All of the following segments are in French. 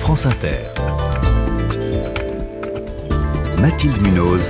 France Inter. Mathilde Munoz.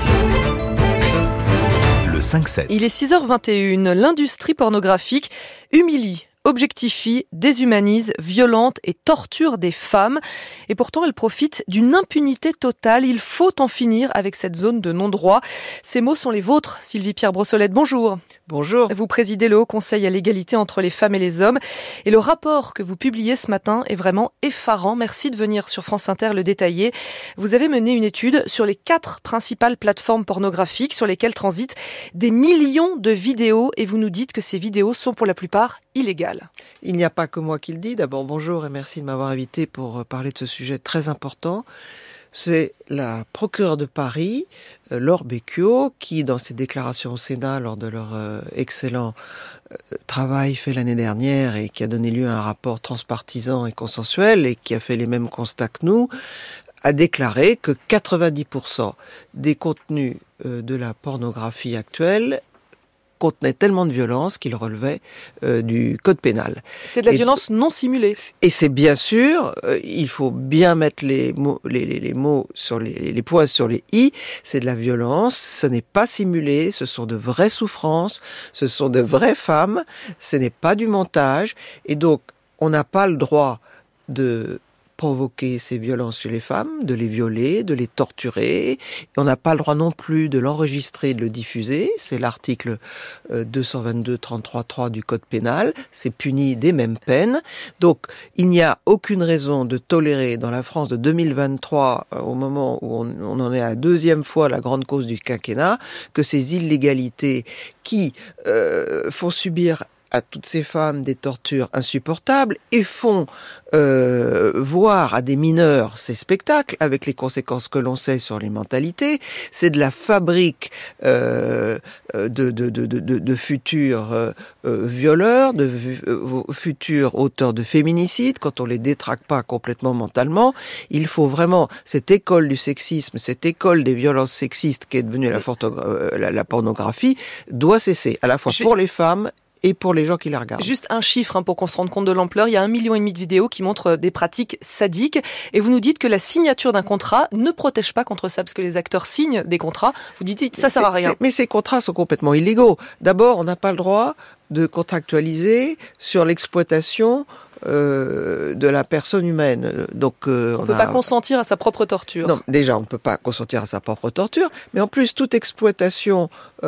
Le 5-7. Il est 6h21. L'industrie pornographique humilie, objectifie, déshumanise, violente et torture des femmes. Et pourtant, elle profite d'une impunité totale. Il faut en finir avec cette zone de non-droit. Ces mots sont les vôtres, Sylvie-Pierre Brossolette. Bonjour. Bonjour. Vous présidez le Haut Conseil à l'égalité entre les femmes et les hommes. Et le rapport que vous publiez ce matin est vraiment effarant. Merci de venir sur France Inter le détailler. Vous avez mené une étude sur les 4 principales plateformes pornographiques sur lesquelles transitent des millions de vidéos. Et vous nous dites que ces vidéos sont pour la plupart illégales. Il n'y a pas que moi qui le dis. D'abord, bonjour et merci de m'avoir invité pour parler de ce sujet très important. C'est la procureure de Paris, Laure Becchio, qui, dans ses déclarations au Sénat lors de leur excellent travail fait l'année dernière et qui a donné lieu à un rapport transpartisan et consensuel et qui a fait les mêmes constats que nous, a déclaré que 90% des contenus de la pornographie actuelle contenait tellement de violence qu'il relevait du code pénal. C'est de la violence non simulée. Et c'est bien sûr, il faut bien mettre les mots sur les points sur les i, c'est de la violence, ce n'est pas simulé, ce sont de vraies souffrances, ce sont de vraies femmes, ce n'est pas du montage, et donc on n'a pas le droit de provoquer ces violences chez les femmes, de les violer, de les torturer. Et on n'a pas le droit non plus de l'enregistrer, de le diffuser. C'est l'article 222-33-3 du Code pénal. C'est puni des mêmes peines. Donc, il n'y a aucune raison de tolérer dans la France de 2023, au moment où on en est à la 2e fois la grande cause du quinquennat, que ces illégalités qui font subir à toutes ces femmes des tortures insupportables et font voir à des mineurs ces spectacles avec les conséquences que l'on sait sur les mentalités. C'est de la fabrique de futurs violeurs, de futurs auteurs de féminicides quand on les détraque pas complètement mentalement. Il faut vraiment cette école du sexisme, cette école des violences sexistes qui est devenue la pornographie doit cesser, à la fois pour les femmes et pour les gens qui la regardent. Juste un chiffre pour qu'on se rende compte de l'ampleur. Il y a 1,5 million de vidéos qui montrent des pratiques sadiques. Et vous nous dites que la signature d'un contrat ne protège pas contre ça, parce que les acteurs signent des contrats. Vous dites ça sert à rien. Mais ces contrats sont complètement illégaux. D'abord, on n'a pas le droit de contractualiser sur l'exploitation de la personne humaine. Donc, on peut pas consentir à sa propre torture. Non, déjà, on ne peut pas consentir à sa propre torture, mais en plus, toute exploitation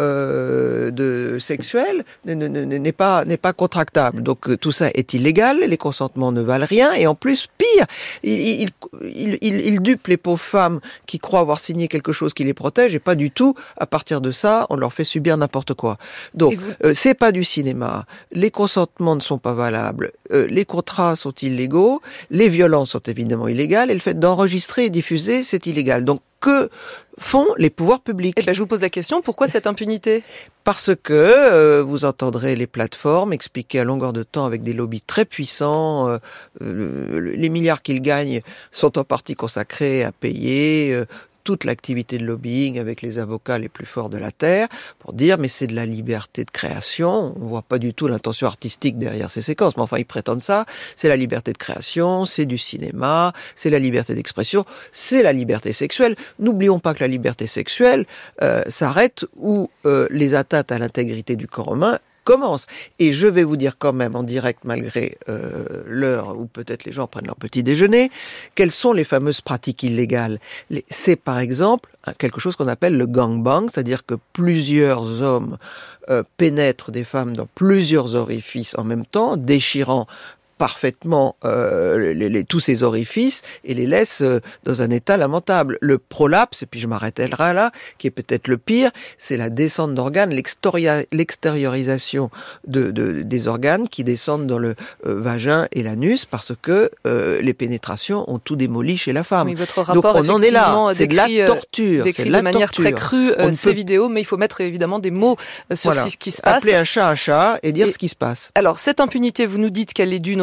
sexuelle n'est pas contractable. Donc, tout ça est illégal, les consentements ne valent rien, et en plus, pire, il dupe les pauvres femmes qui croient avoir signé quelque chose qui les protège, et pas du tout. À partir de ça, on leur fait subir n'importe quoi. Donc, c'est pas du cinéma, les consentements ne sont pas valables, les contrats sont illégaux, les violences sont évidemment illégales, et le fait d'enregistrer et diffuser, c'est illégal. Donc, que font les pouvoirs publics ? Je vous pose la question, pourquoi cette impunité ? Parce que vous entendrez les plateformes expliquer à longueur de temps avec des lobbies très puissants, les milliards qu'ils gagnent sont en partie consacrés à payer toute l'activité de lobbying avec les avocats les plus forts de la Terre, pour dire mais c'est de la liberté de création, on voit pas du tout l'intention artistique derrière ces séquences, mais enfin ils prétendent ça, c'est la liberté de création, c'est du cinéma, c'est la liberté d'expression, c'est la liberté sexuelle. N'oublions pas que la liberté sexuelle s'arrête où les atteintes à l'intégrité du corps humain commence. Et je vais vous dire quand même en direct, malgré l'heure où peut-être les gens prennent leur petit déjeuner, quelles sont les fameuses pratiques illégales. C'est par exemple quelque chose qu'on appelle le gangbang, c'est-à-dire que plusieurs hommes pénètrent des femmes dans plusieurs orifices en même temps, déchirant parfaitement tous ces orifices et les laisse dans un état lamentable. Le prolapse, et puis je m'arrêterai là, qui est peut-être le pire, c'est la descente d'organes, l'extériorisation des organes qui descendent dans le vagin et l'anus parce que les pénétrations ont tout démoli chez la femme. Mais votre rapport, donc on en est là, c'est de la torture. Décrit de manière très crue ces vidéos, mais il faut mettre évidemment des mots sur ce qui se passe. Appeler un chat et dire ce qui se passe. Alors cette impunité, vous nous dites qu'elle est due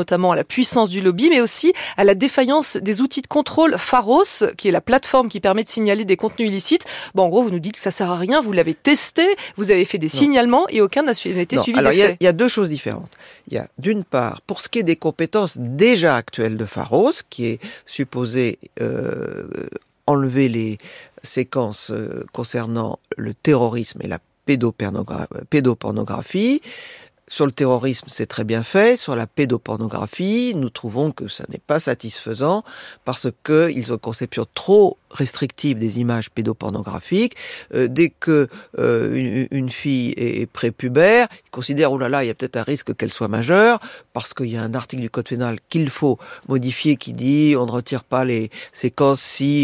notamment à la puissance du lobby, mais aussi à la défaillance des outils de contrôle Pharos, qui est la plateforme qui permet de signaler des contenus illicites. Bon, en gros, vous nous dites que ça sert à rien, vous l'avez testé, vous avez fait des signalements et aucun n'a été suivi alors, d'effet. il y a deux choses différentes. Il y a d'une part, pour ce qui est des compétences déjà actuelles de Pharos, qui est supposé enlever les séquences concernant le terrorisme et la pédopornographie. Sur le terrorisme, c'est très bien fait. Sur la pédopornographie, nous trouvons que ça n'est pas satisfaisant parce qu'ils ont une conception trop restrictive des images pédopornographiques. Dès que une fille est prépubère, ils considèrent, oh là là, il y a peut-être un risque qu'elle soit majeure, parce qu'il y a un article du Code pénal qu'il faut modifier qui dit on ne retire pas les séquences si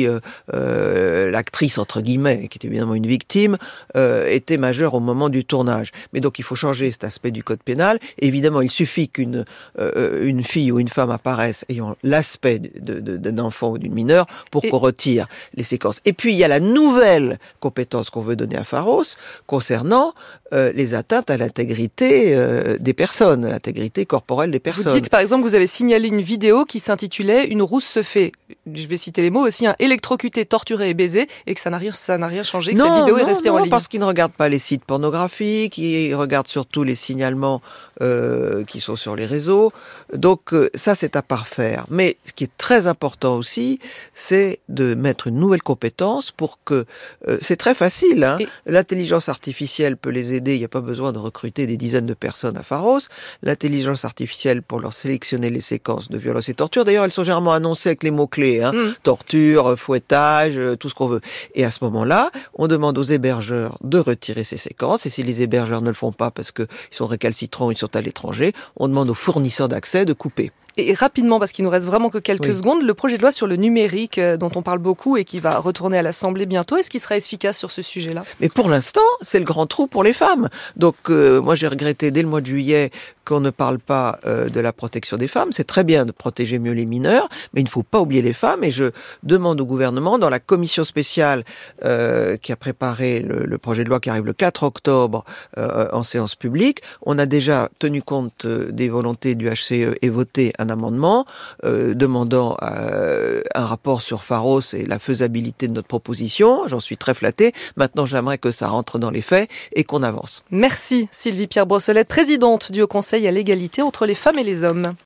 l'actrice, entre guillemets, qui est évidemment une victime, était majeure au moment du tournage. Mais donc il faut changer cet aspect du Code pénal. Évidemment, il suffit qu'une fille ou une femme apparaisse ayant l'aspect d'un enfant ou d'une mineure pour qu'on retire les séquences. Et puis, il y a la nouvelle compétence qu'on veut donner à Pharos concernant les atteintes à l'intégrité des personnes, à l'intégrité corporelle des personnes. Vous dites, par exemple, que vous avez signalé une vidéo qui s'intitulait « Une rousse se fait », je vais citer les mots aussi, électrocuté, torturé et baisé, et que ça n'a rien changé, que cette vidéo est restée en ligne. Non, parce qu'ils ne regardent pas les sites pornographiques, ils regardent surtout les signalements qui sont sur les réseaux. Donc ça, c'est à parfaire. Mais ce qui est très important aussi, c'est de mettre une nouvelle compétence pour que... c'est très facile, hein. L'intelligence artificielle peut les aider, il n'y a pas besoin de recruter des dizaines de personnes à Pharos. L'intelligence artificielle pour leur sélectionner les séquences de violence et torture. D'ailleurs, elles sont généralement annoncées avec les mots-clés, hein. Torture, fouettage, tout ce qu'on veut. Et à ce moment-là, on demande aux hébergeurs de retirer ces séquences. Et si les hébergeurs ne le font pas parce qu'ils sont récalcitrants, ils sont à l'étranger, on demande aux fournisseurs d'accès de couper. Et rapidement, parce qu'il nous reste vraiment que quelques secondes, le projet de loi sur le numérique dont on parle beaucoup et qui va retourner à l'Assemblée bientôt, est-ce qu'il sera efficace sur ce sujet-là ? Mais pour l'instant, c'est le grand trou pour les femmes. Donc moi j'ai regretté dès le mois de juillet qu'on ne parle pas de la protection des femmes. C'est très bien de protéger mieux les mineurs, mais il ne faut pas oublier les femmes. Et je demande au gouvernement, dans la commission spéciale qui a préparé le projet de loi qui arrive le 4 octobre en séance publique, on a déjà tenu compte des volontés du HCE et voté un amendement demandant un rapport sur Pharos et la faisabilité de notre proposition. J'en suis très flatté. Maintenant, j'aimerais que ça rentre dans les faits et qu'on avance. Merci Sylvie Pierre Brossolette, présidente du Haut Conseil à l'égalité entre les femmes et les hommes.